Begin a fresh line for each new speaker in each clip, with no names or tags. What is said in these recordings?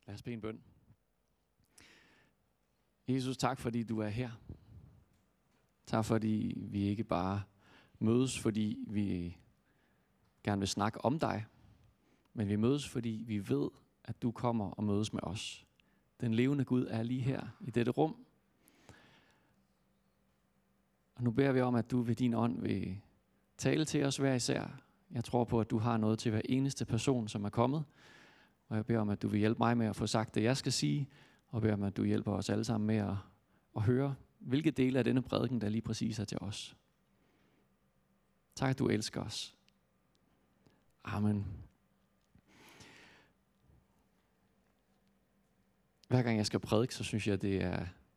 Lad os bede en bøn. Jesus, tak fordi du er her. Tak fordi vi ikke bare mødes, fordi vi gerne vil snakke om dig, men vi mødes, fordi vi ved, at du kommer og mødes med os. Den levende Gud er lige her i dette rum. Og nu beder vi om, at du ved din ånd vil tale til os hver især. Jeg tror på, at du har noget til hver eneste person, som er kommet. Og jeg beder om, at du vil hjælpe mig med at få sagt det, jeg skal sige. Og beder om, at du hjælper os alle sammen med at høre, hvilke dele af denne prædiken, der lige præcis er til os. Tak, at du elsker os. Amen. Hver gang jeg skal prædike, så synes jeg, det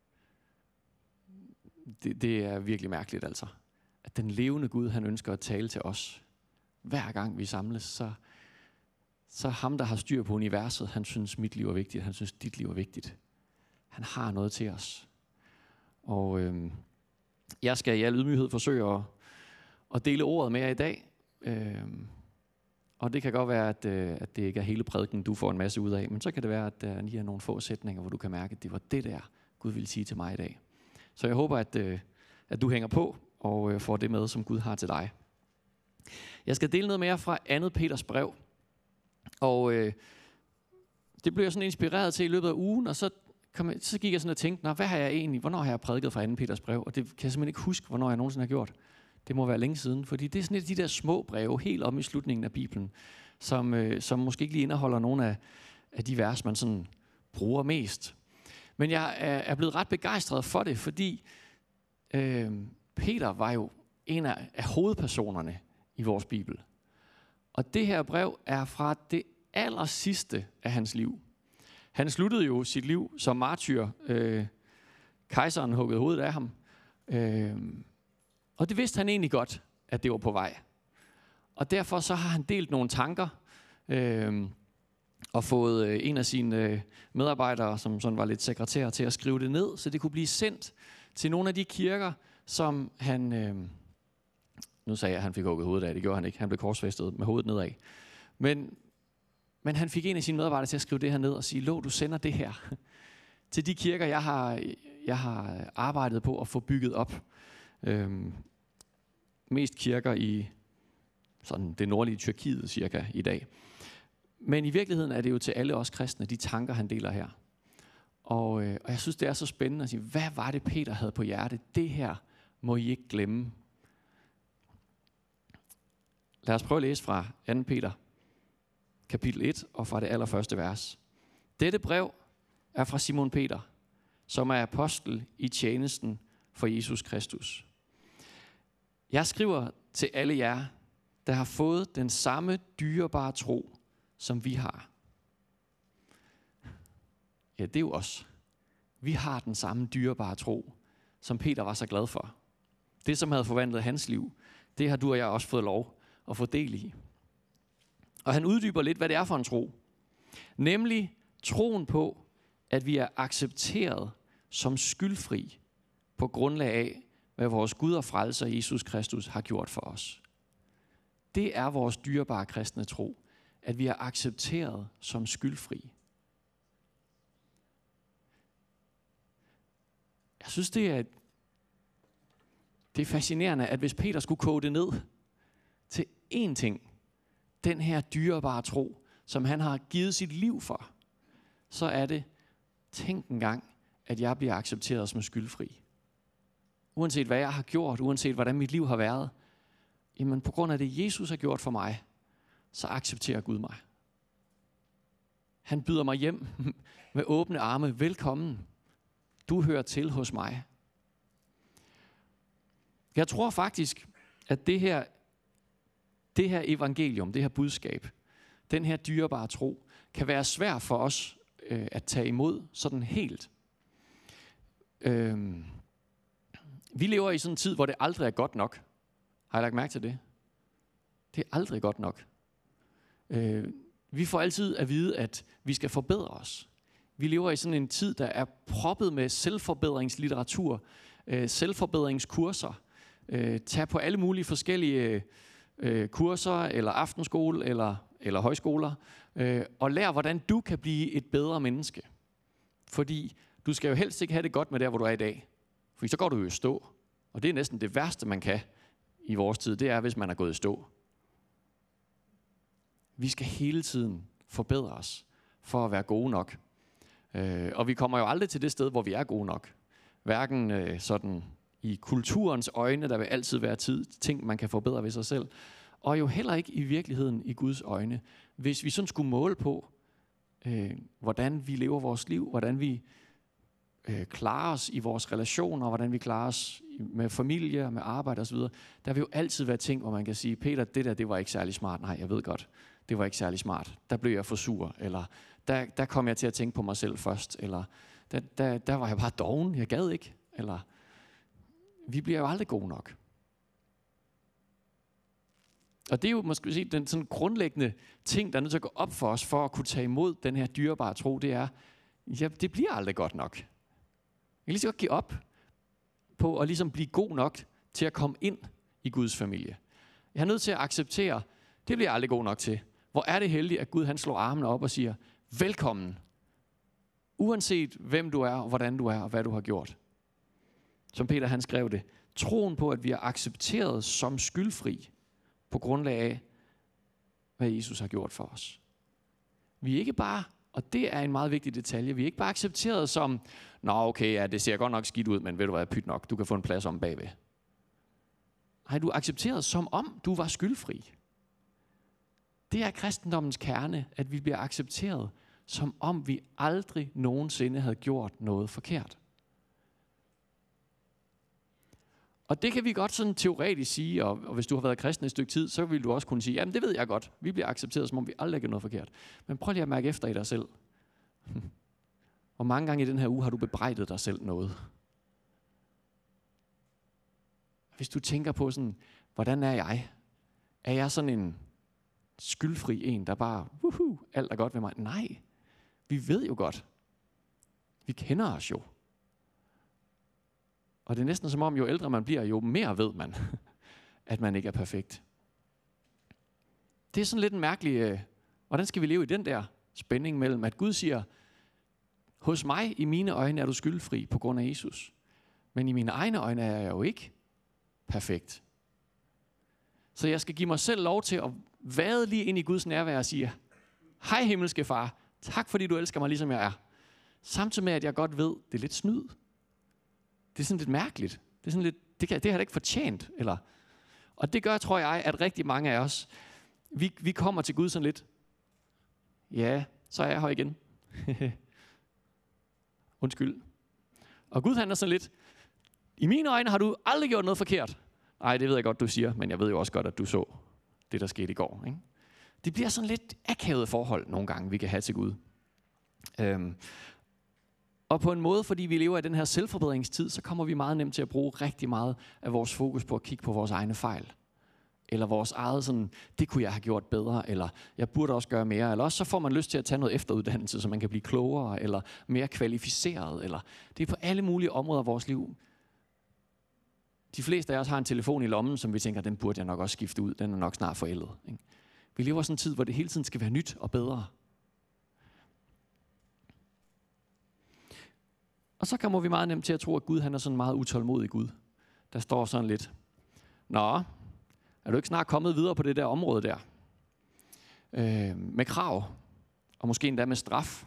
er virkelig mærkeligt altså. At den levende Gud, han ønsker at tale til os. Hver gang vi samles, så ham, der har styr på universet, han synes, mit liv er vigtigt. Han synes, dit liv er vigtigt. Han har noget til os. Og jeg skal i al ydmyghed forsøge at dele ordet med jer i dag. Og det kan godt være, at det ikke er hele prædiken, du får en masse ud af. Men så kan det være, at der lige er nogle få sætninger, hvor du kan mærke, at det var det der, Gud ville sige til mig i dag. Så jeg håber, at du hænger på og får det med, som Gud har til dig. Jeg skal dele noget med jer fra 2. Peters brev. Og det blev jeg sådan inspireret til i løbet af ugen, og så gik jeg sådan og tænkte, hvad har jeg egentlig, hvornår har jeg prædiket fra 2. Peters brev? Og det kan jeg simpelthen ikke huske, hvornår jeg nogensinde har gjort. Det må være længe siden, fordi det er sådan et af de der små breve, helt om i slutningen af Bibelen, som måske ikke lige indeholder nogle af de vers, man sådan bruger mest. Men jeg er blevet ret begejstret for det, fordi Peter var jo en af hovedpersonerne i vores Bibel. Og det her brev er fra det aller sidste af hans liv. Han sluttede jo sit liv som martyr. Kejseren huggede hovedet af ham. Og det vidste han egentlig godt, at det var på vej. Og derfor så har han delt nogle tanker og fået en af sine medarbejdere, som sådan var lidt sekretær, til at skrive det ned, så det kunne blive sendt til nogle af de kirker, som han... Nu sagde jeg, at han fik hugget hovedet af. Det gjorde han ikke. Han blev korsfæstet med hovedet nedad. Men han fik en af sine medarbejdere til at skrive det her ned og sige, du sender det her til de kirker, jeg har arbejdet på at få bygget op. Mest kirker i sådan det nordlige Tyrkiet cirka i dag. Men i virkeligheden er det jo til alle os kristne, de tanker, han deler her. Og jeg synes, det er så spændende at sige, hvad var det, Peter havde på hjerte? Det her må I ikke glemme. Lad os prøve at læse fra 2. Peter, kapitel 1, og fra det allerførste vers. Dette brev er fra Simon Peter, som er apostel i tjenesten for Jesus Kristus. Jeg skriver til alle jer, der har fået den samme dyrebare tro, som vi har. Ja, det er jo os. Vi har den samme dyrebare tro, som Peter var så glad for. Det, som havde forvandlet hans liv, det har du og jeg også fået lov at få del i. Og han uddyber lidt, hvad det er for en tro. Nemlig troen på, at vi er accepteret som skyldfri på grundlag af, hvad vores Gud og frelser Jesus Kristus har gjort for os. Det er vores dyrebare kristne tro, at vi er accepteret som skyldfri. Jeg synes, det er fascinerende, at hvis Peter skulle koge det ned til én ting, den her dyrebare tro, som han har givet sit liv for, så er det, tænk engang, at jeg bliver accepteret som skyldfri. Uanset hvad jeg har gjort, uanset hvordan mit liv har været, jamen på grund af det, Jesus har gjort for mig, så accepterer Gud mig. Han byder mig hjem med åbne arme. Velkommen. Du hører til hos mig. Jeg tror faktisk, at det her evangelium, det her budskab, den her dyrebare tro, kan være svær for os at tage imod sådan helt. Vi lever i sådan en tid, hvor det aldrig er godt nok. Har I lagt mærke til det? Det er aldrig godt nok. Vi får altid at vide, at vi skal forbedre os. Vi lever i sådan en tid, der er proppet med selvforbedringslitteratur, selvforbedringskurser. Tag på alle mulige forskellige kurser, eller aftenskole, eller eller højskoler, og lær, hvordan du kan blive et bedre menneske. Fordi du skal jo helst ikke have det godt med der, hvor du er i dag. For så går du jo i stå. Og det er næsten det værste, man kan i vores tid. Det er, hvis man er gået i stå. Vi skal hele tiden forbedre os for at være gode nok. Og vi kommer jo aldrig til det sted, hvor vi er gode nok. Hverken sådan i kulturens øjne, der vil altid være ting, man kan forbedre ved sig selv. Og jo heller ikke i virkeligheden i Guds øjne. Hvis vi sådan skulle måle på, hvordan vi lever vores liv, hvordan vi klarer os i vores relationer, hvordan vi klarer os med familie, med arbejde osv., der vil jo altid være ting, hvor man kan sige, Peter, det var ikke særlig smart. Nej, jeg ved godt, det var ikke særlig smart. Der blev jeg for sur, eller der kom jeg til at tænke på mig selv først, eller der var jeg bare doven, jeg gad ikke, eller vi bliver jo aldrig gode nok. Og det er jo måske sige, den sådan grundlæggende ting, der er nødt til at gå op for os, for at kunne tage imod den her dyrebare tro, det er, ja, det bliver aldrig godt nok. Jeg kan lige så godt give op på at ligesom blive god nok til at komme ind i Guds familie. Jeg er nødt til at acceptere, det bliver jeg aldrig god nok til. Hvor er det heldigt, at Gud han slår armene op og siger, velkommen. Uanset hvem du er, og hvordan du er, og hvad du har gjort. Som Peter han skrev det, troen på, at vi er accepteret som skyldfri, på grundlag af, hvad Jesus har gjort for os. Vi er ikke bare, og det er en meget vigtig detalje, vi er ikke bare accepteret som, nå okay, ja, det ser godt nok skidt ud, men ved du hvad, pyt nok, du kan få en plads om bagved. Nej, du er accepteret som om du var skyldfri. Det er kristendommens kerne, at vi bliver accepteret, som om vi aldrig nogensinde havde gjort noget forkert. Og det kan vi godt sådan teoretisk sige, og hvis du har været kristen et stykke tid, så vil du også kunne sige, jamen det ved jeg godt, vi bliver accepteret, som om vi aldrig gør noget forkert. Men prøv lige at mærke efter i dig selv. Hvor mange gange i den her uge har du bebrejdet dig selv noget? Hvis du tænker på sådan, hvordan er jeg? Er jeg sådan en skyldfri en, der bare, alt er godt ved mig? Nej, vi ved jo godt. Vi kender os jo. Og det er næsten som om, jo ældre man bliver, jo mere ved man, at man ikke er perfekt. Det er sådan lidt en mærkelig, hvordan skal vi leve i den der spænding mellem, at Gud siger, hos mig, i mine øjne, er du skyldfri på grund af Jesus. Men i mine egne øjne er jeg jo ikke perfekt. Så jeg skal give mig selv lov til at vade lige ind i Guds nærvær og sige, hej himmelske far, tak fordi du elsker mig ligesom jeg er. Samtidig med, at jeg godt ved, det er lidt snyd. Det er sådan lidt mærkeligt. Det er sådan lidt, det har jeg da ikke fortjent. Og det gør, tror jeg, at rigtig mange af os, vi kommer til Gud sådan lidt, ja, så er jeg her igen. Undskyld. Og Gud han er sådan lidt, i mine øjne har du aldrig gjort noget forkert. Nej, det ved jeg godt, du siger, men jeg ved jo også godt, at du så det, der skete i går. Ikke? Det bliver sådan lidt akavet forhold nogle gange, vi kan have til Gud. Og på en måde, fordi vi lever i den her selvforbedringstid, så kommer vi meget nemt til at bruge rigtig meget af vores fokus på at kigge på vores egne fejl. Eller vores eget sådan, det kunne jeg have gjort bedre, eller jeg burde også gøre mere. Eller også så får man lyst til at tage noget efteruddannelse, så man kan blive klogere, eller mere kvalificeret. Eller det er på alle mulige områder af vores liv. De fleste af os har en telefon i lommen, som vi tænker, den burde jeg nok også skifte ud. Den er nok snart forældet. Ikke? Vi lever sådan en tid, hvor det hele tiden skal være nyt og bedre. Og så kommer vi meget nemt til at tro, at Gud han er sådan en meget utålmodig Gud. Der står sådan lidt, nå, er du ikke snart kommet videre på det der område der? Med krav, og måske endda med straf.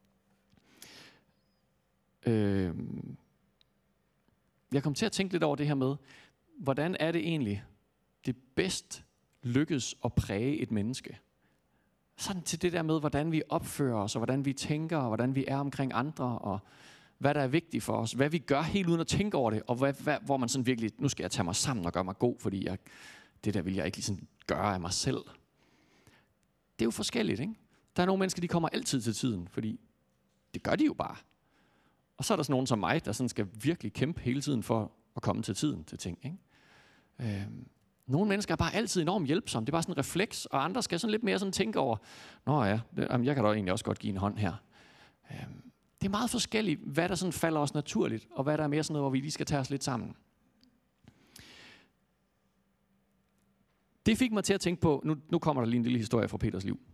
Jeg kom til at tænke lidt over det her med, hvordan er det egentlig, det bedst lykkes at præge et menneske? Sådan til det der med, hvordan vi opfører os, og hvordan vi tænker, og hvordan vi er omkring andre, og hvad der er vigtigt for os, hvad vi gør helt uden at tænke over det, og hvor man sådan virkelig, nu skal jeg tage mig sammen og gøre mig god, fordi det der vil jeg ikke ligesom gøre af mig selv. Det er jo forskelligt, ikke? Der er nogle mennesker, de kommer altid til tiden, fordi det gør de jo bare. Og så er der sådan nogen som mig, der sådan skal virkelig kæmpe hele tiden for at komme til tiden til ting, ikke? Nogle mennesker er bare altid enormt hjælpsomme. Det er bare sådan en refleks, og andre skal sådan lidt mere sådan tænke over, nå ja, jeg kan da egentlig også godt give en hånd her. Det er meget forskelligt, hvad der sådan falder os naturligt, og hvad der er mere sådan noget, hvor vi lige skal tage os lidt sammen. Det fik mig til at tænke på, nu kommer der lige en lille historie fra Peters liv.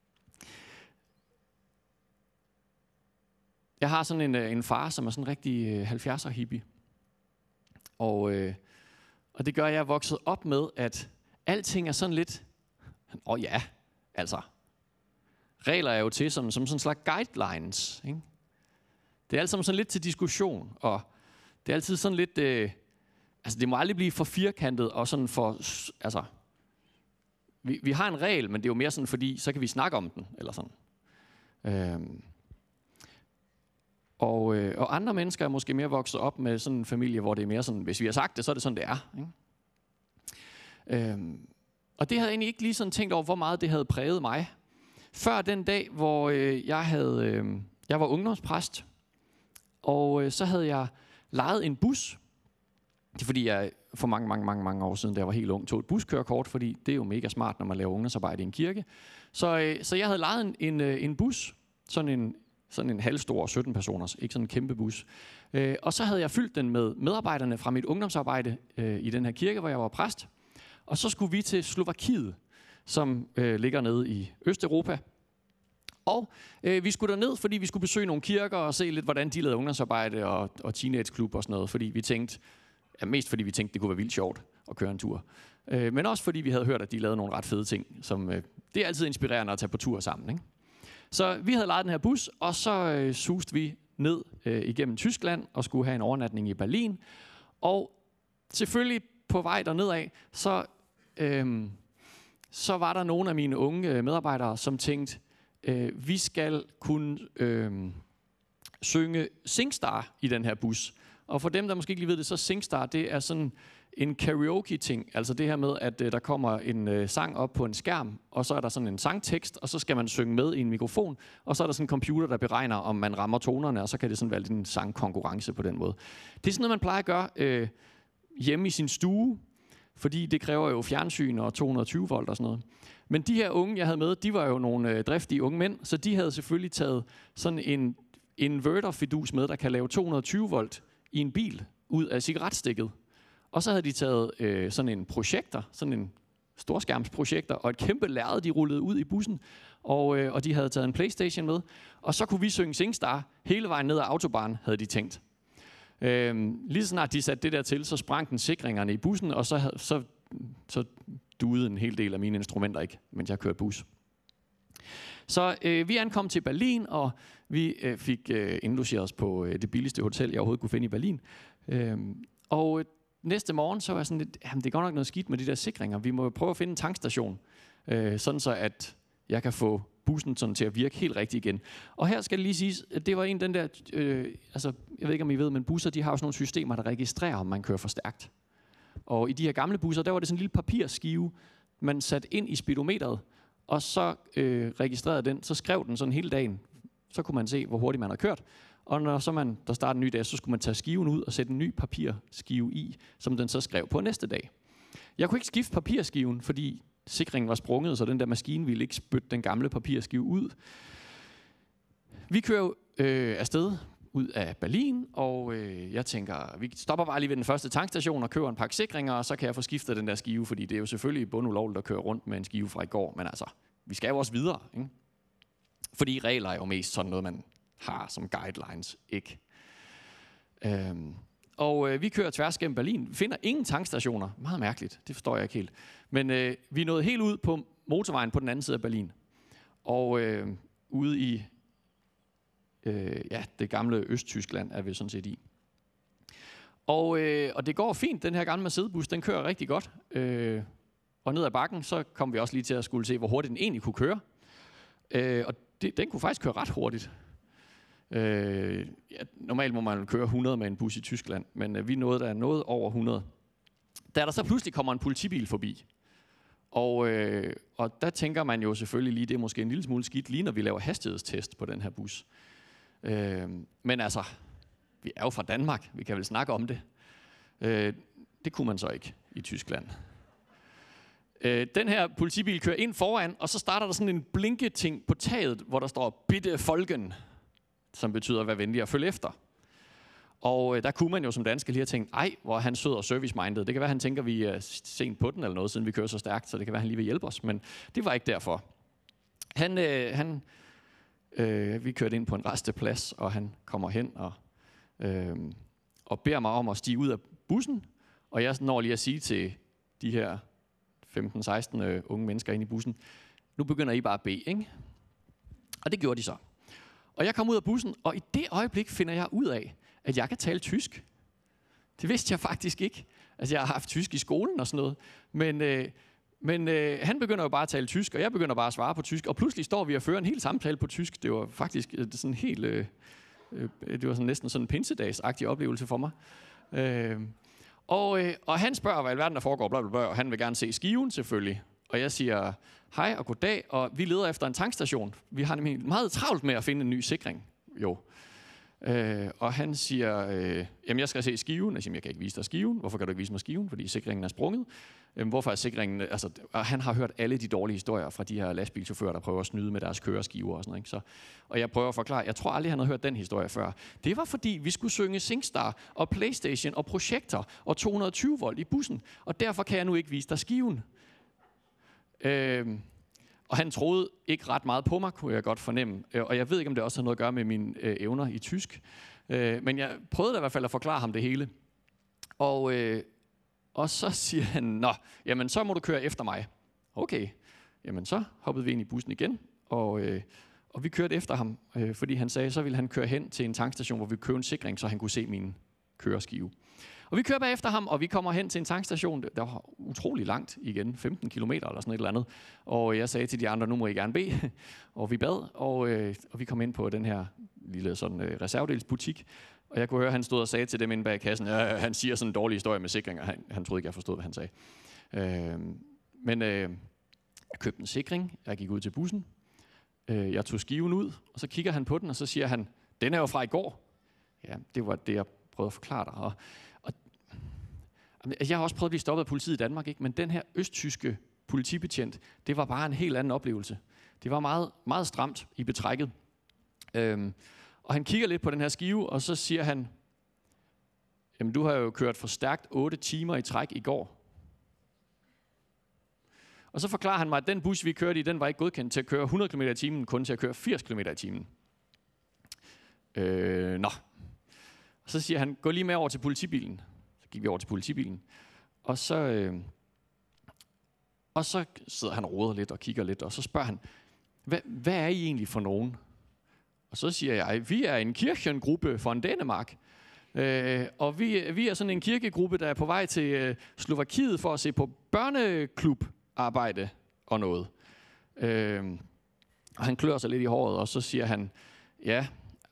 Jeg har sådan en far, som er sådan en rigtig 70'er hippie. Og det gør, at jeg er vokset op med, at alting er sådan lidt, ja, altså, regler er jo til som sådan en slags guidelines, ikke? Det er alt sammen sådan lidt til diskussion, og det er altid sådan lidt, det må aldrig blive for firkantet, og sådan for, vi har en regel, men det er jo mere sådan, fordi så kan vi snakke om den, eller sådan. Og andre mennesker er måske mere vokset op med sådan en familie, hvor det er mere sådan, hvis vi har sagt det, så er det sådan, det er. Ikke? Og det havde jeg egentlig ikke lige sådan tænkt over, hvor meget det havde præget mig. Før den dag, hvor jeg var ungdomspræst, og så havde jeg lejet en bus. Det er fordi, jeg for mange år siden, da jeg var helt ung, tog et buskørekort, fordi det er jo mega smart, når man laver ungdomsarbejde i en kirke. Så jeg havde lejet en bus, sådan en halvstor 17 personers, ikke sådan en kæmpe bus. Og så havde jeg fyldt den med medarbejderne fra mit ungdomsarbejde i den her kirke, hvor jeg var præst. Og så skulle vi til Slovakiet, som ligger nede i Østeuropa. Og vi skulle derned, fordi vi skulle besøge nogle kirker og se lidt, hvordan de lavede ungdomsarbejde og teenageklub og sådan noget. Fordi vi tænkte, mest fordi vi tænkte, det kunne være vildt sjovt at køre en tur. Men også fordi vi havde hørt, at de lavede nogle ret fede ting. Det er altid inspirerende at tage på tur sammen, ikke? Så vi havde lejet den her bus, og så suste vi ned igennem Tyskland og skulle have en overnatning i Berlin. Og selvfølgelig på vej dernedad, så var der nogle af mine unge medarbejdere, som tænkte, vi skal kunne synge SingStar i den her bus. Og for dem, der måske ikke lige ved det, så SingStar, det er sådan en karaoke-ting. Altså det her med, at der kommer en sang op på en skærm, og så er der sådan en sangtekst, og så skal man synge med i en mikrofon, og så er der sådan en computer, der beregner, om man rammer tonerne, og så kan det sådan være lidt en sangkonkurrence på den måde. Det er sådan noget, man plejer at gøre hjemme i sin stue, fordi det kræver jo fjernsyn og 220 volt og sådan noget. Men de her unge, jeg havde med, de var jo nogle driftige unge mænd, så de havde selvfølgelig taget sådan en inverter-fidus med, der kan lave 220 volt i en bil ud af cigaretstikket. Og så havde de taget sådan en projektor, sådan en storskærmsprojektor, og et kæmpe lærred, de rullede ud i bussen. Og de havde taget en PlayStation med. Og så kunne vi synge SingStar hele vejen ned ad autobahn, havde de tænkt. Lige så snart de satte det der til, så sprang den sikringerne i bussen, og så duede en hel del af mine instrumenter ikke, mens jeg kørte bus. Så vi ankom til Berlin, og vi fik indlogeret os på det billigste hotel, jeg overhovedet kunne finde i Berlin. Og næste morgen, så var jeg sådan lidt, det er godt nok noget skidt med de der sikringer. Vi må jo prøve at finde en tankstation, sådan så at jeg kan få bussen sådan til at virke helt rigtigt igen. Og her skal det lige siges, at det var en den der, jeg ved ikke om I ved, men busser, de har jo sådan nogle systemer, der registrerer, om man kører for stærkt. Og i de her gamle busser, der var det sådan en lille papirskive, man satte ind i speedometeret, og så registrerede den, så skrev den sådan hele dagen. Så kunne man se, hvor hurtigt man havde kørt. Og når så der startede en ny dag, så skulle man tage skiven ud og sætte en ny papirskive i, som den så skrev på næste dag. Jeg kunne ikke skifte papirskiven, fordi sikringen var sprunget, så den der maskine ville ikke spytte den gamle papirskive ud. Vi kører afsted ud af Berlin, og jeg tænker, vi stopper bare lige ved den første tankstation og køber en pakke sikringer, og så kan jeg få skiftet den der skive, fordi det er jo selvfølgelig bundulovligt at køre rundt med en skive fra i går, men altså, vi skal jo også videre, ikke? Fordi regler er jo mest sådan noget, man har som guidelines, ikke? Og vi kører tværs gennem Berlin, finder ingen tankstationer, meget mærkeligt, det forstår jeg ikke helt. Men vi nåede helt ud på motorvejen på den anden side af Berlin, og ude i det gamle Østtyskland er vi sådan set i. Og det går fint, den her gamle Mercedes-bus, den kører rigtig godt. Og ned ad bakken, så kom vi også lige til at skulle se, hvor hurtigt den egentlig kunne køre. Og den kunne faktisk køre ret hurtigt. Normalt må man køre 100 med en bus i Tyskland, men vi nåede der noget over 100. Da der så pludselig kommer en politibil forbi, og der tænker man jo selvfølgelig lige, det er måske en lille smule skidt, lige når vi laver hastighedstest på den her bus. Men altså, vi er jo fra Danmark, vi kan vel snakke om det. Det kunne man så ikke i Tyskland. Den her politibil kører ind foran, og så starter der sådan en blinketing på taget, hvor der står, bitte folgen, som betyder, vær venlig at følge efter. Og der kunne man jo som dansker lige have tænkt, ej, hvor er han sød og service-minded. Det kan være, han tænker, vi er sent på den eller noget, siden vi kører så stærkt, så det kan være, han lige vil hjælpe os. Men det var ikke derfor. Vi kørte ind på en resteplads, og han kommer hen og beder mig om at stige ud af bussen. Og jeg når lige at sige til de her 15-16 unge mennesker inde i bussen, nu begynder I bare at bede, ikke? Og det gjorde de så. Og jeg kom ud af bussen, og i det øjeblik finder jeg ud af, at jeg kan tale tysk. Det vidste jeg faktisk ikke. Altså, jeg har haft tysk i skolen og sådan noget. Men han begynder jo bare at tale tysk, og jeg begynder bare at svare på tysk. Og pludselig står vi og fører en hel samtale på tysk. Det var faktisk sådan helt... det var sådan næsten sådan en pinsedagsagtig oplevelse for mig. Og han spørger, hvad i alverden der foregår, bla, bla, bla, og han vil gerne se skiven selvfølgelig. Og jeg siger hej og goddag, og vi leder efter en tankstation. Vi har nemlig meget travlt med at finde en ny sikring. Jo. Og han siger, jamen jeg skal se skiven. Jeg siger, jeg kan ikke vise dig skiven. Hvorfor kan du ikke vise mig skiven? Fordi sikringen er sprunget. Hvorfor er sikringen... Altså, han har hørt alle de dårlige historier fra de her lastbilchauffører, der prøver at snyde med deres køreskiver og sådan noget. Ikke? Og jeg prøver at forklare, jeg tror aldrig, han har hørt den historie før. Det var fordi, vi skulle synge SingStar og PlayStation og projektor og 220 volt i bussen. Og derfor kan jeg nu ikke vise dig skiven. Og han troede ikke ret meget på mig, kunne jeg godt fornemme. Og jeg ved ikke, om det også har noget at gøre med mine evner i tysk. Men jeg prøvede da i hvert fald at forklare ham det hele. Og så siger han, nå, jamen så må du køre efter mig. Okay, jamen så hoppede vi ind i bussen igen. Og vi kørte efter ham, fordi han sagde, så ville han køre hen til en tankstation, hvor vi købte en sikring, så han kunne se min køreskive. Og vi kører bagefter ham, og vi kommer hen til en tankstation, der var utrolig langt igen, 15 kilometer eller sådan et eller andet. Og jeg sagde til de andre, nu må I gerne bede. Og vi bad, og vi kom ind på den her lille sådan reservedelsbutik. Og jeg kunne høre, at han stod og sagde til dem inde bag kassen, han siger sådan en dårlig historie med sikring, og han troede ikke, jeg forstod, hvad han sagde. Jeg købte en sikring, jeg gik ud til bussen, jeg tog skiven ud, og så kigger han på den, og så siger han, den er jo fra i går. Ja, det var det, jeg prøvede at forklare dig. Jeg har også prøvet at blive stoppet af politiet i Danmark, ikke? Men den her østtyske politibetjent, det var bare en helt anden oplevelse. Det var meget, meget stramt i betrækket. Og han kigger lidt på den her skive, og så siger han, jamen du har jo kørt for stærkt 8 timer i træk i går. Og så forklarer han mig, at den bus, vi kørte i, den var ikke godkendt til at køre 100 km i timen, kun til at køre 80 km i timen. Og så siger han, gå lige med over til politibilen. Så gik vi over til politibilen. Og så sidder han og roder lidt og kigger lidt, og så spørger han, hvad er I egentlig for nogen? Og så siger jeg, vi er en kirkengruppe fra Danmark. Og vi er sådan en kirkegruppe, der er på vej til Slovakiet for at se på børneklubarbejde og noget. Og han klør sig lidt i håret, og så siger han, ja,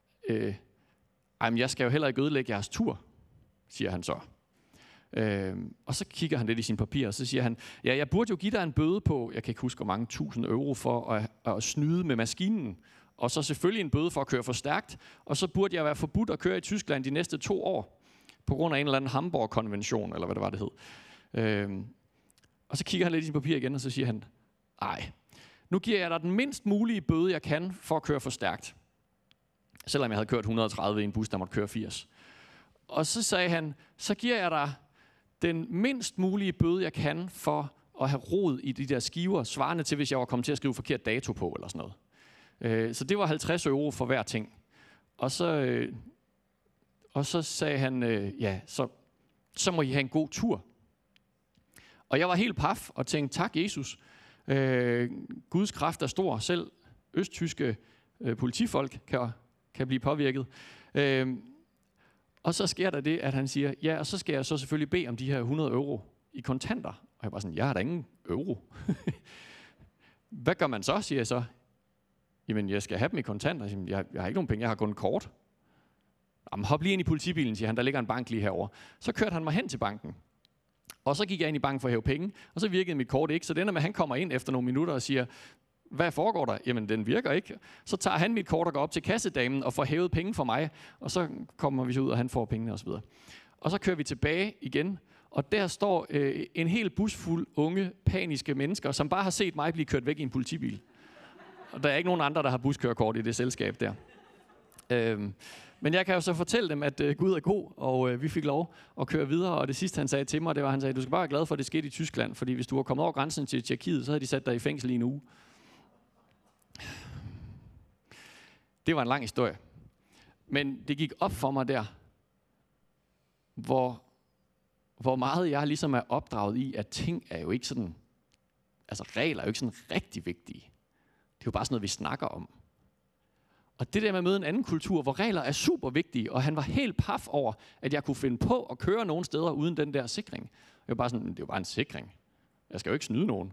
jeg skal jo heller ikke ødelægge jeres tur, siger han så. Og så kigger han lidt i sine papirer, og så siger han, ja, jeg burde jo give dig en bøde på, jeg kan ikke huske, hvor mange 1000 euro for at snyde med maskinen, og så selvfølgelig en bøde for at køre for stærkt, og så burde jeg være forbudt at køre i Tyskland de næste 2 år, på grund af en eller anden Hamburg-konvention, eller hvad det var, det hed. Og så kigger han lidt i sine papirer igen, og så siger han, ej, nu giver jeg dig den mindst mulige bøde, jeg kan for at køre for stærkt. Selvom jeg havde kørt 130 i en bus, der måtte køre 80. Og så sagde han, så giver jeg dig den mindst mulige bøde, jeg kan for at have rod i de der skiver, svarende til, hvis jeg var kommet til at skrive forkert dato på, eller sådan noget. Så det var 50 euro for hver ting. Og så sagde han, ja, så må I have en god tur. Og jeg var helt paf og tænkte, tak Jesus. Guds kraft er stor. Selv østtyske politifolk kan blive påvirket. Og så sker der det, at han siger, ja, og så skal jeg så selvfølgelig bede om de her 100 euro i kontanter. Og jeg var sådan, jeg har da ingen euro. Hvad gør man så, siger jeg så. Jamen, jeg skal have dem i kontanter. Jeg har ikke nogen penge, jeg har kun kort. Jamen, hop lige ind i politibilen, siger han, der ligger en bank lige herovre. Så kørte han mig hen til banken. Og så gik jeg ind i banken for at hæve penge, og så virkede mit kort ikke. Så det ender med, at han kommer ind efter nogle minutter og siger, hvad foregår der? Jamen, den virker ikke. Så tager han mit kort og går op til kassedamen og får hævet penge for mig, og så kommer vi så ud, og han får pengene osv. Og så kører vi tilbage igen, og der står en hel bus fuld unge, paniske mennesker, som bare har set mig blive kørt væk i en politibil. Og der er ikke nogen andre, der har buskørekort i det selskab der. Men jeg kan jo så fortælle dem, at Gud er god, og vi fik lov at køre videre. Og det sidste, han sagde til mig, det var, han sagde, du skal bare være glad for, at det skete i Tyskland. Fordi hvis du var kommet over grænsen til Tjekkiet, så havde de sat dig i fængsel i en uge. Det var en lang historie. Men det gik op for mig der, hvor meget jeg ligesom er opdraget i, at ting er jo ikke sådan, altså regler er jo ikke sådan rigtig vigtige. Det er jo bare sådan noget, vi snakker om. Og det der med at møde en anden kultur, hvor regler er super vigtige, og han var helt paf over, at jeg kunne finde på at køre nogle steder uden den der sikring. Jeg var bare sådan, det er jo bare en sikring. Jeg skal jo ikke snyde nogen.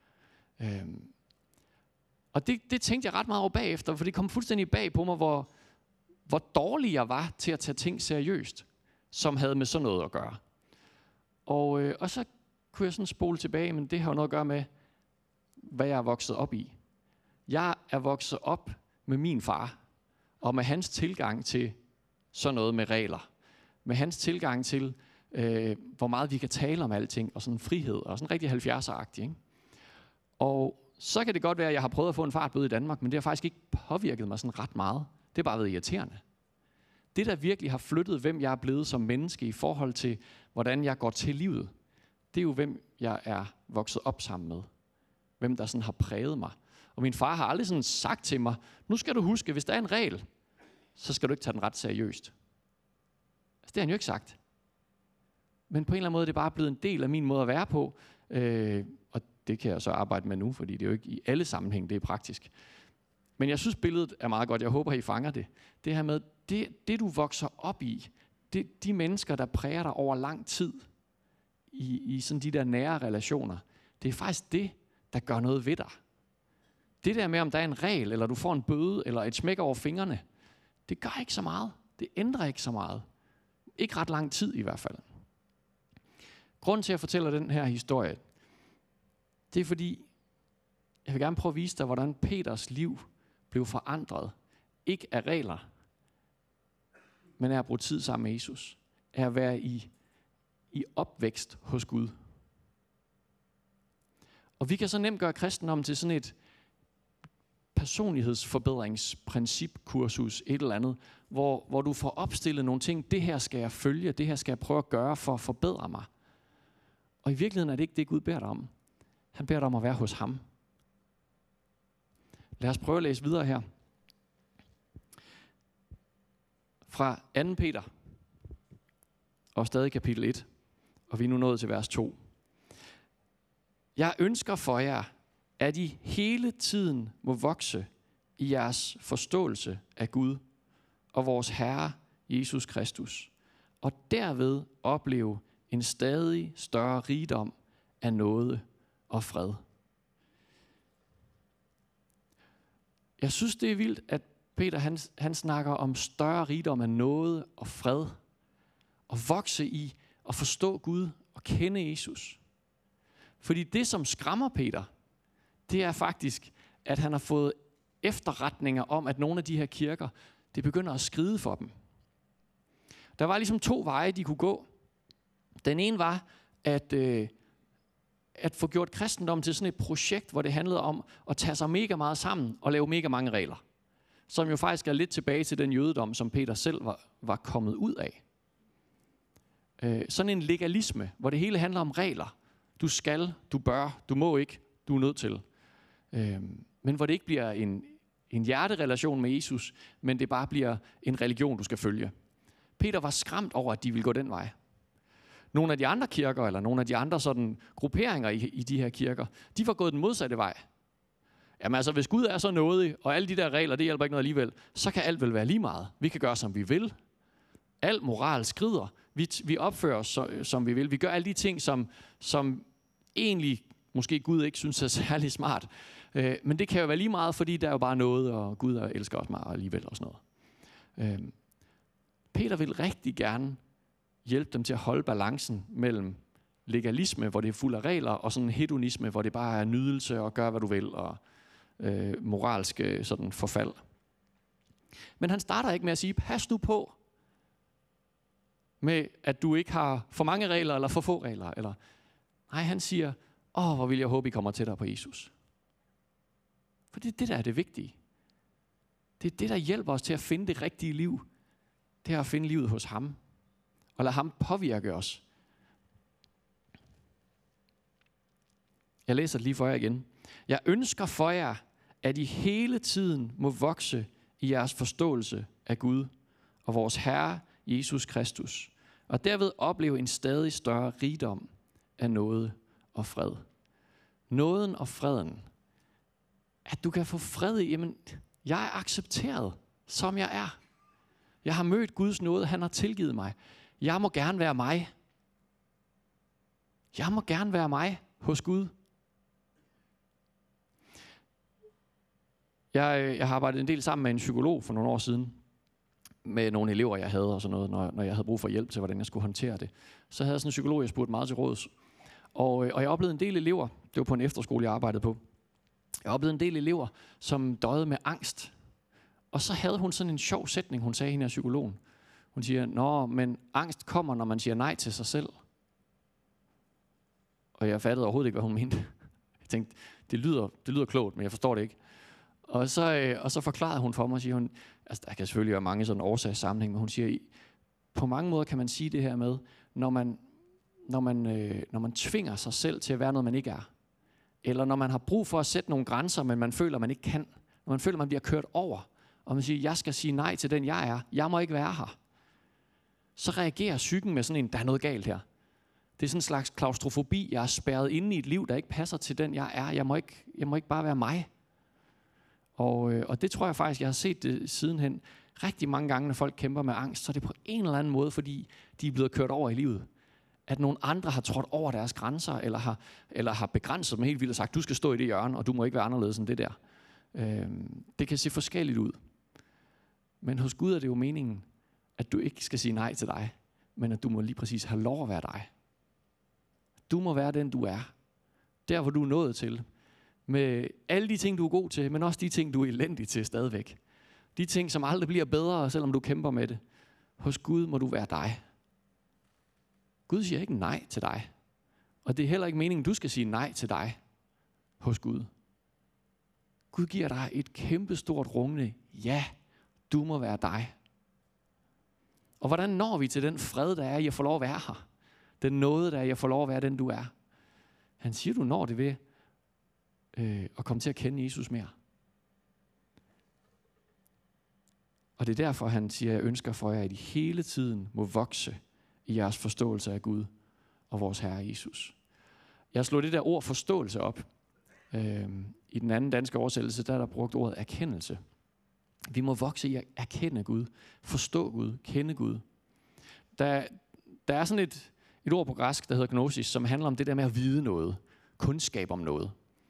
Og det tænkte jeg ret meget over bagefter, for det kom fuldstændig bag på mig, hvor dårlig jeg var til at tage ting seriøst, som havde med sådan noget at gøre. Og så kunne jeg sådan spole tilbage, men det har jo noget at gøre med, hvad jeg er vokset op i. Jeg er vokset op med min far, og med hans tilgang til sådan noget med regler. Med hans tilgang til, hvor meget vi kan tale om alting, og sådan frihed, og sådan rigtig 70'er-agtig. Ikke? Og så kan det godt være, at jeg har prøvet at få en fartbøde i Danmark, men det har faktisk ikke påvirket mig sådan ret meget. Det har bare været irriterende. Det, der virkelig har flyttet, hvem jeg er blevet som menneske i forhold til, hvordan jeg går til livet, det er jo, hvem jeg er vokset op sammen med. Hvem der sådan har præget mig. Og min far har aldrig sådan sagt til mig, nu skal du huske, hvis der er en regel, så skal du ikke tage den ret seriøst. Altså, det har han jo ikke sagt. Men på en eller anden måde, det er bare blevet en del af min måde at være på. Og det kan jeg så arbejde med nu, fordi det er jo ikke i alle sammenhæng, det er praktisk. Men jeg synes, billedet er meget godt. Jeg håber, I fanger det. Det her med, det du vokser op i, de mennesker, der præger dig over lang tid, i sådan de der nære relationer, det er faktisk det, der gør noget ved dig. Det der med, om der er en regel, eller du får en bøde, eller et smæk over fingrene, det gør ikke så meget. Det ændrer ikke så meget. Ikke ret lang tid i hvert fald. Grunden til, at jeg fortæller den her historie, det er fordi, jeg vil gerne prøve at vise dig, hvordan Peters liv blev forandret. Ikke af regler, men af at bruge tid sammen med Jesus. Af at være i opvækst hos Gud. Og vi kan så nemt gøre kristendommen til sådan et personlighedsforbedringsprincipkursus, et eller andet, hvor du får opstillet nogle ting. Det her skal jeg følge, det her skal jeg prøve at gøre for at forbedre mig. Og i virkeligheden er det ikke det, Gud beder dig om. Han beder dig om at være hos ham. Lad os prøve at læse videre her. Fra 2. Peter, og stadig kapitel 1, og vi er nu nået til vers 2. Jeg ønsker for jer, at I hele tiden må vokse i jeres forståelse af Gud og vores Herre Jesus Kristus, og derved opleve en stadig større rigdom af nåde og fred. Jeg synes, det er vildt, at Peter han snakker om større rigdom af nåde og fred, og vokse i at forstå Gud og kende Jesus. Fordi det, som skræmmer Peter, det er faktisk, at han har fået efterretninger om, at nogle af de her kirker, det begynder at skride for dem. Der var ligesom 2 veje, de kunne gå. Den ene var, at få gjort kristendom til sådan et projekt, hvor det handlede om at tage sig mega meget sammen og lave mega mange regler. Som jo faktisk er lidt tilbage til den jødedom, som Peter selv var kommet ud af. Sådan en legalisme, hvor det hele handler om regler. Du skal, du bør, du må ikke, du er nødt til. Men hvor det ikke bliver en hjerterelation med Jesus, men det bare bliver en religion, du skal følge. Peter var skræmt over, at de ville gå den vej. Nogle af de andre kirker, eller nogle af de andre sådan grupperinger i de her kirker, de var gået den modsatte vej. Jamen altså, hvis Gud er så nådig, og alle de der regler, det hjælper ikke noget alligevel, så kan alt vel være lige meget. Vi kan gøre, som vi vil. Al moral skrider. Vi opfører os, som vi vil. Vi gør alle de ting, som egentlig måske Gud ikke synes er særlig smart. Men det kan jo være lige meget, fordi der er jo bare noget, og Gud elsker os meget alligevel og sådan noget. Peter vil rigtig gerne hjælpe dem til at holde balancen mellem legalisme, hvor det er fuld af regler, og sådan hedonisme, hvor det bare er nydelse og gør, hvad du vil, og moralsk sådan forfald. Men han starter ikke med at sige, pas nu på med, at du ikke har for mange regler, eller for få regler. Eller nej, han siger, hvor vil jeg håbe, I kommer tættere på Jesus. For det der er det vigtige. Det er det, der hjælper os til at finde det rigtige liv. Det er at finde livet hos ham. Og lade ham påvirke os. Jeg læser det lige for jer igen. Jeg ønsker for jer, at I hele tiden må vokse i jeres forståelse af Gud og vores Herre Jesus Kristus, og derved opleve en stadig større rigdom af nåde og fred. Nåden og freden. At du kan få fred i, jamen, jeg er accepteret, som jeg er. Jeg har mødt Guds nåde, han har tilgivet mig. Jeg må gerne være mig. Jeg må gerne være mig hos Gud. Jeg har arbejdet en del sammen med en psykolog for nogle år siden, med nogle elever, jeg havde og sådan noget, når jeg havde brug for hjælp til, hvordan jeg skulle håndtere det. Så havde jeg sådan en psykolog, jeg spurgte meget til råds. Og jeg oplevede en del elever, det var på en efterskole, jeg arbejdede på. Jeg oplevede en del elever, som døjede med angst. Og så havde hun sådan en sjov sætning, hun sagde, hende af psykologen. Hun siger, nå, men angst kommer, når man siger nej til sig selv. Og jeg fattede overhovedet ikke, hvad hun mente. Jeg tænkte, det lyder klogt, men jeg forstår det ikke. Og så forklarede hun for mig, siger hun, altså der kan selvfølgelig være mange sådan årsagssammenhæng, men hun siger, på mange måder kan man sige det her med, når man tvinger sig selv til at være noget, man ikke er. Eller når man har brug for at sætte nogle grænser, men man føler, man ikke kan. Når man føler, man bliver kørt over, og man siger, jeg skal sige nej til den, jeg er. Jeg må ikke være her. Så reagerer psyken med sådan en, der er noget galt her. Det er sådan en slags klaustrofobi. Jeg er spærret inde i et liv, der ikke passer til den, jeg er. Jeg må ikke bare være mig. Og det tror jeg faktisk, jeg har set det sidenhen. Rigtig mange gange, når folk kæmper med angst, så er det på en eller anden måde, fordi de er blevet kørt over i livet. At nogle andre har trådt over deres grænser, eller har begrænset dem helt vildt og sagt, du skal stå i det hjørne, og du må ikke være anderledes end det der. Det kan se forskelligt ud. Men hos Gud er det jo meningen, at du ikke skal sige nej til dig, men at du må lige præcis have lov at være dig. Du må være den, du er. Der, hvor du er nået til. Med alle de ting, du er god til, men også de ting, du er elendig til stadigvæk. De ting, som aldrig bliver bedre, selvom du kæmper med det. Hos Gud må du være dig. Gud siger ikke nej til dig. Og det er heller ikke meningen, du skal sige nej til dig hos Gud. Gud giver dig et kæmpestort rungende, ja, du må være dig. Og hvordan når vi til den fred, der er i at få lov at være her? Den nåde, der er i at få lov at være den, du er. Han siger, du når det ved at komme til at kende Jesus mere. Og det er derfor, han siger, jeg ønsker for jer, at I hele tiden må vokse i jeres forståelse af Gud og vores Herre Jesus. Jeg slår det der ord forståelse op. I den anden danske oversættelse, der er der brugt ordet erkendelse. Vi må vokse i at erkende Gud, forstå Gud, kende Gud. Der er sådan et ord på græsk, der hedder gnosis, som handler om det der med at vide noget, kundskab om noget.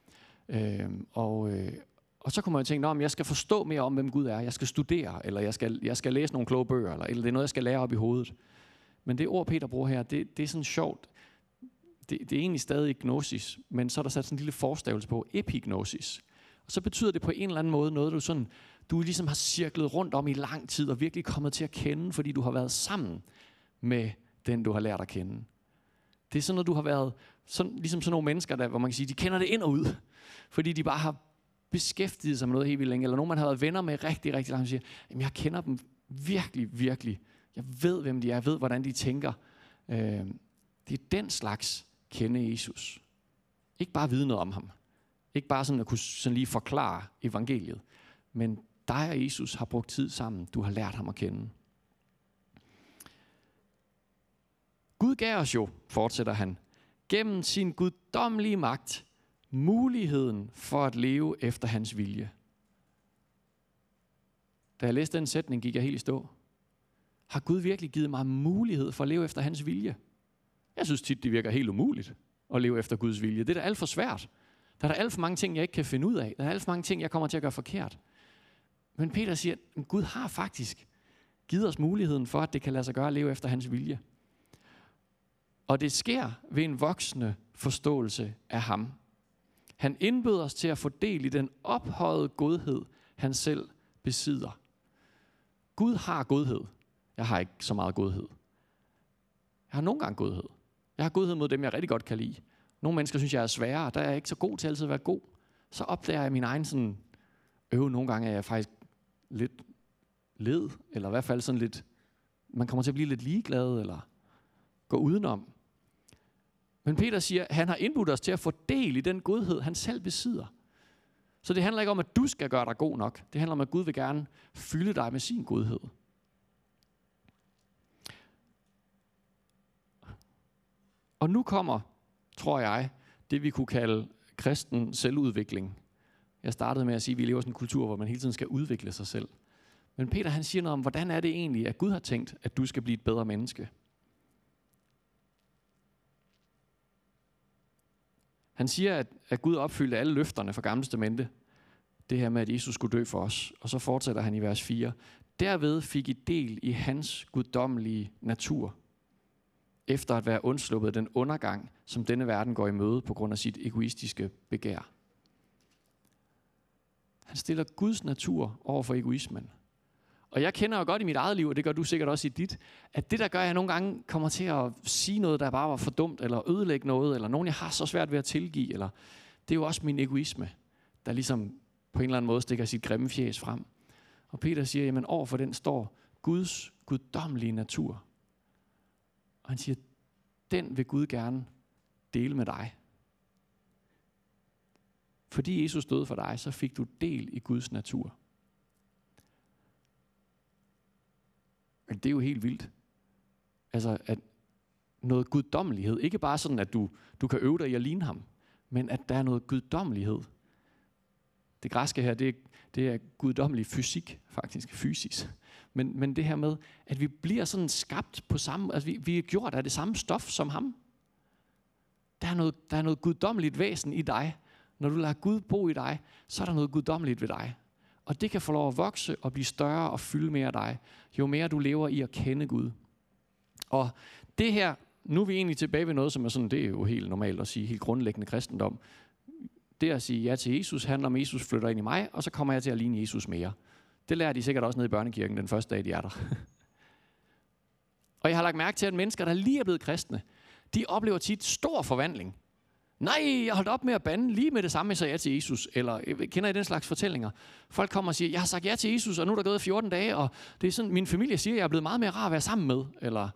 Og så kunne man jo tænke, om jeg skal forstå mere om, hvem Gud er, jeg skal studere, eller jeg skal læse nogle kloge bøger, eller det er noget, jeg skal lære op i hovedet. Men det ord, Peter bruger her, det er sådan sjovt. Det er egentlig stadig gnosis, men så er der sat sådan en lille forstavelse på, epignosis. Og så betyder det på en eller anden måde noget, du ligesom har cirklet rundt om i lang tid, og virkelig kommet til at kende, fordi du har været sammen med den, du har lært at kende. Det er sådan noget, du har været, ligesom sådan nogle mennesker, der, hvor man kan sige, de kender det ind og ud, fordi de bare har beskæftiget sig med noget helt vildt længe, eller nogen, man har været venner med rigtig, rigtig langt, og siger, jamen jeg kender dem virkelig, virkelig. Jeg ved, hvem de er, jeg ved, hvordan de tænker. Det er den slags kende Jesus. Ikke bare vide noget om ham. Ikke bare sådan at kunne sådan lige forklare evangeliet. Men dig og Jesus har brugt tid sammen. Du har lært ham at kende. Gud gav os jo, fortsætter han, gennem sin guddommelige magt, muligheden for at leve efter hans vilje. Da jeg læste den sætning, gik jeg helt i stå. Har Gud virkelig givet mig mulighed for at leve efter hans vilje? Jeg synes tit, det virker helt umuligt at leve efter Guds vilje. Det er da alt for svært. Der er der alt for mange ting, jeg ikke kan finde ud af. Der er alt for mange ting, jeg kommer til at gøre forkert. Men Peter siger, at Gud har faktisk givet os muligheden for, at det kan lade sig gøre at leve efter hans vilje. Og det sker ved en voksende forståelse af ham. Han indbyder os til at få del i den ophøjede godhed, han selv besidder. Gud har godhed. Jeg har ikke så meget godhed. Jeg har nogle gange godhed. Jeg har godhed mod dem, jeg rigtig godt kan lide. Nogle mennesker synes, jeg er sværere. Der er jeg ikke så god til altid at være god. Så opdager jeg min egen sådan nogle gange, at jeg faktisk lidt led, eller i hvert fald sådan lidt, man kommer til at blive lidt ligeglad, eller gå udenom. Men Peter siger, at han har indbudt os til at få del i den godhed, han selv besidder. Så det handler ikke om, at du skal gøre dig god nok. Det handler om, at Gud vil gerne fylde dig med sin godhed. Og nu kommer, tror jeg, det vi kunne kalde kristen selvudvikling. Jeg startede med at sige, at vi lever i sådan en kultur, hvor man hele tiden skal udvikle sig selv. Men Peter han siger noget om, hvordan er det egentlig, at Gud har tænkt, at du skal blive et bedre menneske. Han siger, at Gud opfyldte alle løfterne fra Gamle Testamente. Det her med, at Jesus skulle dø for os. Og så fortsætter han i vers 4. Derved fik I del i hans guddommelige natur. Efter at være undsluppet den undergang, som denne verden går i møde på grund af sit egoistiske begær. Han stiller Guds natur over for egoismen. Og jeg kender jo godt i mit eget liv, og det gør du sikkert også i dit, at det der gør, at jeg nogle gange kommer til at sige noget, der bare var for dumt, eller ødelægge noget, eller nogen, jeg har så svært ved at tilgive, eller det er jo også min egoisme, der ligesom på en eller anden måde stikker sit grimme fjæs frem. Og Peter siger, jamen over for den står Guds guddommelige natur. Og han siger, den vil Gud gerne dele med dig. Fordi Jesus døde for dig, så fik du del i Guds natur. Men det er jo helt vildt. Altså, at noget guddommelighed, ikke bare sådan, at du kan øve dig i at ligne ham, men at der er noget guddommelighed. Det græske her, det er guddommelig fysik, faktisk, fysisk. Men det her med, at vi bliver sådan skabt på samme, altså vi er gjort af det samme stof som ham. Der er noget guddommeligt væsen i dig. Når du lader Gud bo i dig, så er der noget guddommeligt ved dig. Og det kan få lov at vokse og blive større og fylde mere af dig, jo mere du lever i at kende Gud. Og det her, nu er vi egentlig tilbage ved noget, som er sådan, det er jo helt normalt at sige, helt grundlæggende kristendom. Det at sige ja til Jesus handler om, at Jesus flytter ind i mig, og så kommer jeg til at ligne Jesus mere. Det lærer de sikkert også nede i børnekirken den første dag, de er der. Og jeg har lagt mærke til, at mennesker, der lige er blevet kristne, de oplever tit stor forvandling. Nej, jeg holdt op med at bande lige med det samme, jeg sagde ja til Jesus. Eller kender I den slags fortællinger? Folk kommer og siger, jeg har sagt ja til Jesus, og nu er der gået 14 dage, og det er sådan, min familie siger, at jeg er blevet meget mere rar at være sammen med. Eller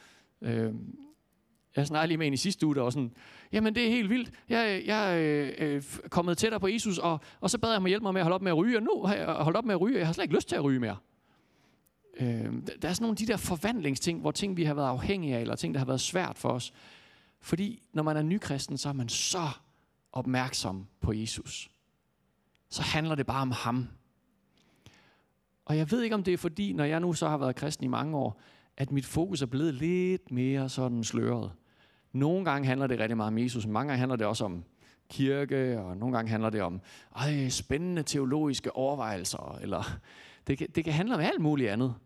jeg snakkede lige med en i sidste uge, der var sådan, jamen det er helt vildt. Jeg er kommet tættere på Jesus, og så bad jeg ham at hjælpe mig med at holde op med at ryge, og nu har jeg holdt op med at ryge, og jeg har slet ikke lyst til at ryge mere. Der er sådan nogle af de der forvandlingsting, hvor ting vi har været afhængige af, eller ting, der har været svært for os. Fordi når man er nykristen, så er man så opmærksom på Jesus. Så handler det bare om ham. Og jeg ved ikke, om det er fordi, når jeg nu så har været kristen i mange år, at mit fokus er blevet lidt mere sådan sløret. Nogle gange handler det rigtig meget om Jesus, mange gange handler det også om kirke, og nogle gange handler det om spændende teologiske overvejelser, eller det kan handle om alt muligt andet.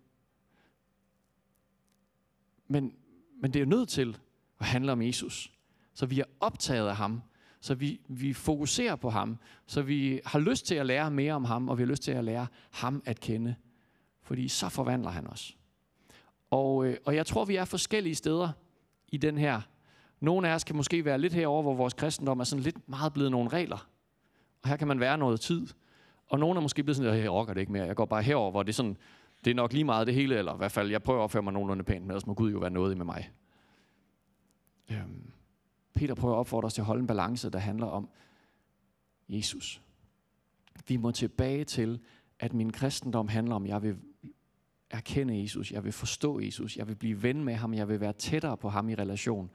Men det er jo nødt til at handle om Jesus. Så vi er optaget af ham, så vi fokuserer på ham, så vi har lyst til at lære mere om ham, og vi har lyst til at lære ham at kende. Fordi så forvandler han os. Og jeg tror, vi er forskellige steder i den her. Nogle af os kan måske være lidt herover, hvor vores kristendom er sådan lidt meget blevet nogle regler. Og her kan man være noget tid. Og nogle er måske blevet sådan, jeg orker det ikke mere. Jeg går bare herover, hvor det er sådan, det er nok lige meget det hele, eller i hvert fald, jeg prøver at opføre mig nogenlunde pænt, men ellers må Gud jo være noget med mig. Peter prøver at opfordre os til at holde en balance, der handler om Jesus. Vi må tilbage til, at min kristendom handler om, jeg vil erkende Jesus, jeg vil forstå Jesus, jeg vil blive ven med ham, jeg vil være tættere på ham i relation.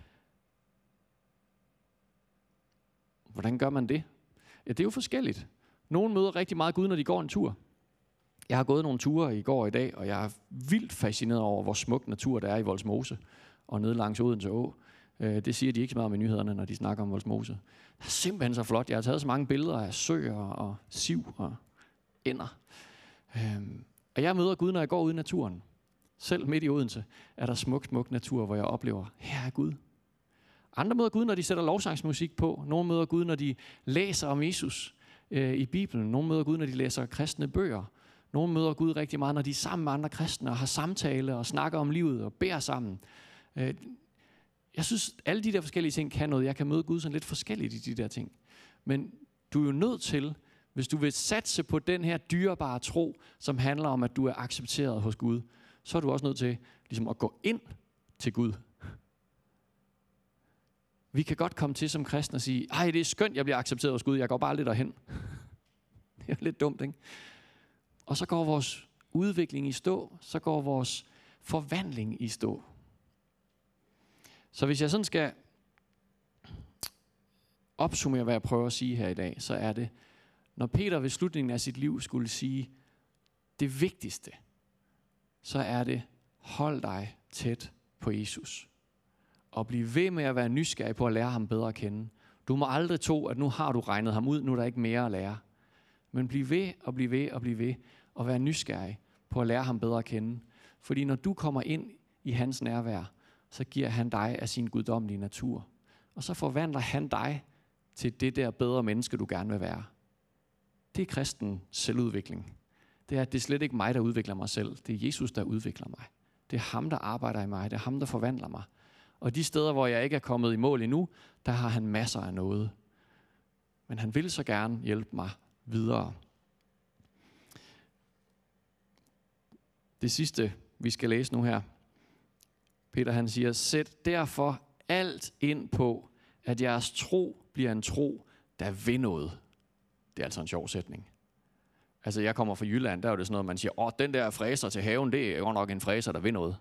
Hvordan gør man det? Ja, det er jo forskelligt. Nogle møder rigtig meget Gud, når de går en tur. Jeg har gået nogle ture i går og i dag, og jeg er vildt fascineret over, hvor smuk natur der er i Vollsmose og nede langs Odense Å. Det siger de ikke så meget om i nyhederne, når de snakker om Vollsmose. Det er simpelthen så flot. Jeg har taget så mange billeder af søer og siv og ænder. Og jeg møder Gud, når jeg går ud i naturen. Selv midt i Odense er der smuk natur, hvor jeg oplever, her er Gud. Andre møder Gud, når de sætter lovsangsmusik på. Nogle møder Gud, når de læser om Jesus i Bibelen. Nogle møder Gud, når de læser kristne bøger. Nogle møder Gud rigtig meget, når de er sammen med andre kristne og har samtale og snakker om livet og beder sammen. Jeg synes, alle de der forskellige ting kan noget. Jeg kan møde Gud sådan lidt forskelligt i de der ting. Men du er jo nødt til, hvis du vil satse på den her dyrebare tro, som handler om, at du er accepteret hos Gud, så er du også nødt til ligesom at gå ind til Gud. Vi kan godt komme til som kristne og sige, ej, det er skønt, jeg bliver accepteret hos Gud, jeg går bare lidt derhen. Det er lidt dumt, ikke? Og så går vores udvikling i stå, så går vores forvandling i stå. Så hvis jeg sådan skal opsummere, hvad jeg prøver at sige her i dag, så er det, når Peter ved slutningen af sit liv skulle sige, det vigtigste, så er det, hold dig tæt på Jesus. Og bliv ved med at være nysgerrig på at lære ham bedre at kende. Du må aldrig tro, at nu har du regnet ham ud, nu er der ikke mere at lære. Men bliv ved og bliv ved og bliv ved og være nysgerrig på at lære ham bedre at kende. Fordi når du kommer ind i hans nærvær, så giver han dig af sin guddommelige natur. Og så forvandler han dig til det der bedre menneske, du gerne vil være. Det er kristen selvudvikling. Det er, at det er slet ikke mig, der udvikler mig selv. Det er Jesus, der udvikler mig. Det er ham, der arbejder i mig. Det er ham, der forvandler mig. Og de steder, hvor jeg ikke er kommet i mål endnu, der har han masser af noget. Men han vil så gerne hjælpe mig videre. Det sidste, vi skal læse nu her. Peter han siger, sæt derfor alt ind på, at jeres tro bliver en tro, der vil noget. Det er altså en sjov sætning. Altså jeg kommer fra Jylland, der er det sådan noget, man siger, den der fræser til haven, det er jo nok en fræser, der vil noget.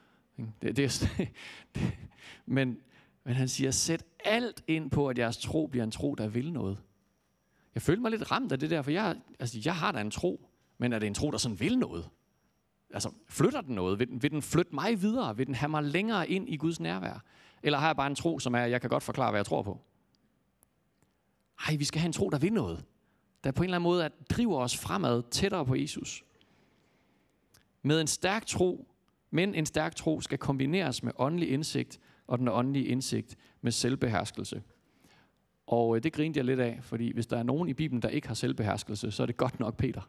Men han siger, sæt alt ind på, at jeres tro bliver en tro, der vil noget. Jeg følte mig lidt ramt af det der, for jeg har da en tro, men er det en tro, der sådan vil noget? Altså, flytter den noget? Vil den flytte mig videre? Vil den have mig længere ind i Guds nærvær? Eller har jeg bare en tro, som er, jeg kan godt forklare, hvad jeg tror på? Ej, vi skal have en tro, der vil noget. Der på en eller anden måde driver os fremad, tættere på Jesus. Men en stærk tro skal kombineres med åndelig indsigt, og den åndelige indsigt med selvbeherskelse. Og det grinte jeg lidt af, fordi hvis der er nogen i Bibelen, der ikke har selvbeherskelse, så er det godt nok Peter.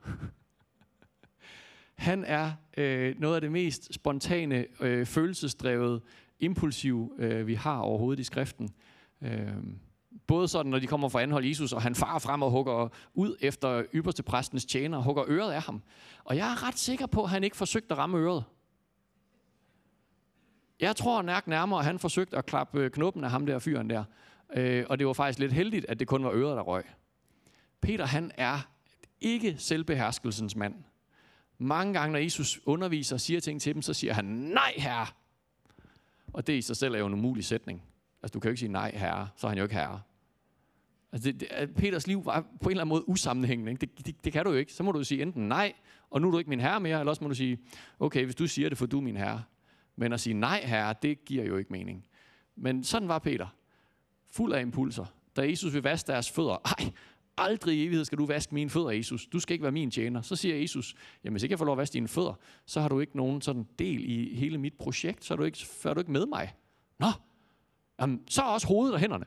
Han er noget af det mest spontane, følelsesdrevede, impulsive, vi har overhovedet i skriften. Både sådan, når de kommer for at anholde Jesus, og han farer frem og hugger ud efter ypperste præstens tjener og hugger øret af ham. Og jeg er ret sikker på, at han ikke forsøgte at ramme øret. Jeg tror nærmere, at han forsøgte at klappe knoppen af ham der fyren der. Og det var faktisk lidt heldigt, at det kun var øret, der røg. Peter, han er ikke selvbeherskelsens mand. Mange gange, når Jesus underviser og siger ting til dem, så siger han, nej herre. Og det i sig selv er jo en umulig sætning. Altså du kan jo ikke sige nej herre, så er han jo ikke herre. Altså Peters liv var på en eller anden måde usammenhængende. Ikke? Det kan du jo ikke. Så må du sige enten nej, og nu er du ikke min herre mere, eller også må du sige, okay, hvis du siger det, for du er min herre. Men at sige nej herre, det giver jo ikke mening. Men sådan var Peter. Fuld af impulser. Da Jesus vil vaske deres fødder, aldrig i evighed skal du vaske mine fødder, Jesus. Du skal ikke være min tjener. Så siger Jesus, jamen hvis ikke jeg får lov at vaske dine fødder, så har du ikke nogen sådan del i hele mit projekt, så er du ikke med mig. Nå, jamen, så er også hovedet og hænderne.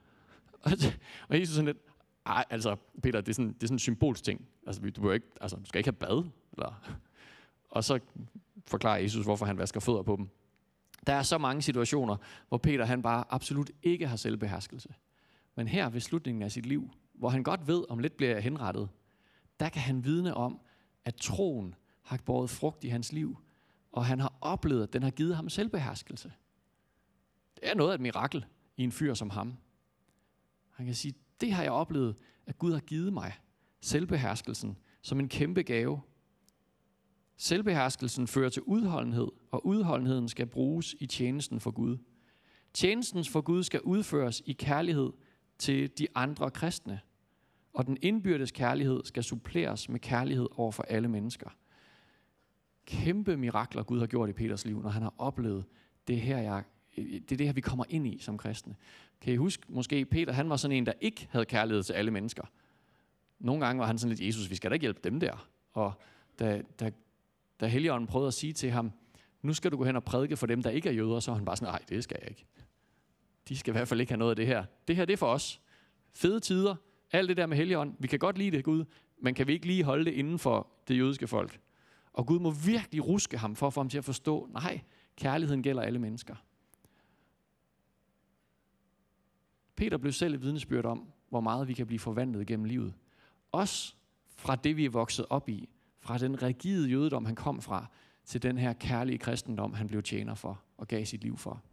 Og Jesus sådan lidt, altså Peter, det er sådan en symbolsk ting. Altså du skal ikke have bad. Eller? Og så forklarer Jesus, hvorfor han vasker fødder på dem. Der er så mange situationer, hvor Peter han bare absolut ikke har selvbeherskelse. Men her ved slutningen af sit liv, hvor han godt ved, om lidt bliver jeg henrettet, der kan han vidne om, at troen har båret frugt i hans liv, og han har oplevet, at den har givet ham selvbeherskelse. Det er noget af et mirakel i en fyr som ham. Han kan sige, det har jeg oplevet, at Gud har givet mig. Selvbeherskelsen som en kæmpe gave. Selvbeherskelsen fører til udholdenhed, og udholdenheden skal bruges i tjenesten for Gud. Tjenesten for Gud skal udføres i kærlighed til de andre kristne, og den indbyrdes kærlighed skal suppleres med kærlighed over for alle mennesker. Kæmpe mirakler Gud har gjort i Peters liv, når han har oplevet det her, det her vi kommer ind i som kristne. Kan I huske, måske Peter, han var sådan en, der ikke havde kærlighed til alle mennesker. Nogle gange var han sådan lidt, Jesus, vi skal da ikke hjælpe dem der. Og da Helligånden prøvede at sige til ham, nu skal du gå hen og prædike for dem, der ikke er jøder, så var han bare sådan, nej, det skal jeg ikke. De skal i hvert fald ikke have noget af det her. Det her, det er for os. Fede tider, alt det der med Helligånden. Vi kan godt lide det, Gud, men kan vi ikke lige holde det inden for det jødiske folk? Og Gud må virkelig ruske ham for at få ham til at forstå, nej, kærligheden gælder alle mennesker. Peter blev selv et vidnesbyrd om, hvor meget vi kan blive forvandlet gennem livet. os fra det, vi er vokset op i, fra den rigide jødedom, han kom fra, til den her kærlige kristendom, han blev tjener for og gav sit liv for.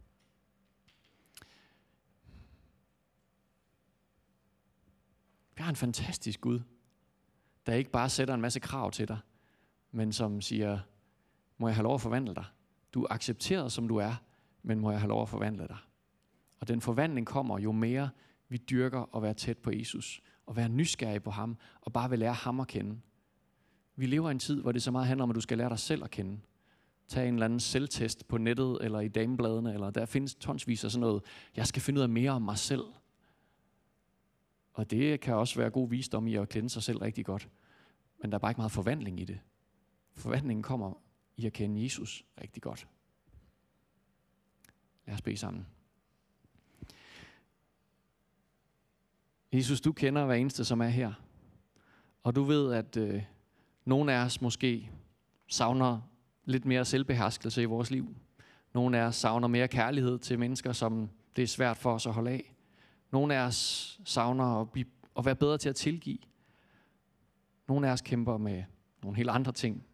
Vi har en fantastisk Gud, der ikke bare sætter en masse krav til dig, men som siger, må jeg have lov at forvandle dig? Du er accepteret, som du er, men må jeg have lov at forvandle dig? Og den forvandling kommer, jo mere vi dyrker at være tæt på Jesus, og være nysgerrige på ham, og bare vil lære ham at kende. Vi lever i en tid, hvor det så meget handler om, at du skal lære dig selv at kende. Tag en eller anden selvtest på nettet, eller i damebladene, eller der findes tonsvis af sådan noget. Jeg skal finde ud af mere om mig selv. Og det kan også være god visdom i at kende sig selv rigtig godt. Men der er bare ikke meget forvandling i det. Forvandlingen kommer i at kende Jesus rigtig godt. Lad os bede sammen. Jesus, du kender hver eneste, som er her. Og du ved, at nogle af os måske savner lidt mere selvbeherskelse i vores liv. Nogle af os savner mere kærlighed til mennesker, som det er svært for os at holde af. Nogle af os savner at være bedre til at tilgive. Nogle af os kæmper med nogle helt andre ting.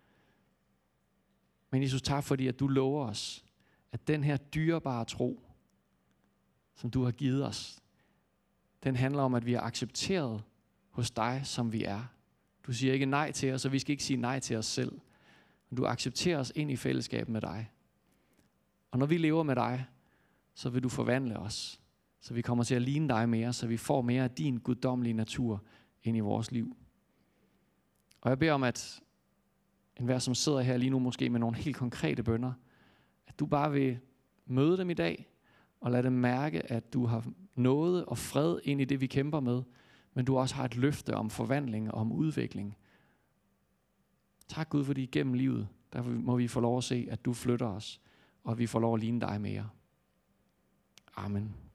Men Jesus, tak fordi, at du lover os, at den her dyrebare tro, som du har givet os, den handler om, at vi er accepteret hos dig, som vi er. Du siger ikke nej til os, og vi skal ikke sige nej til os selv. Du accepterer os ind i fællesskab med dig. Og når vi lever med dig, så vil du forvandle os, så vi kommer til at ligne dig mere, så vi får mere af din guddommelige natur ind i vores liv. Og jeg beder om, at enhver, som sidder her lige nu, måske med nogle helt konkrete bønner, at du bare vil møde dem i dag, og lade dem mærke, at du har nåde og fred ind i det, vi kæmper med, men du også har et løfte om forvandling og om udvikling. Tak Gud, fordi gennem livet, der må vi få lov at se, at du flytter os, og at vi får lov at ligne dig mere. Amen.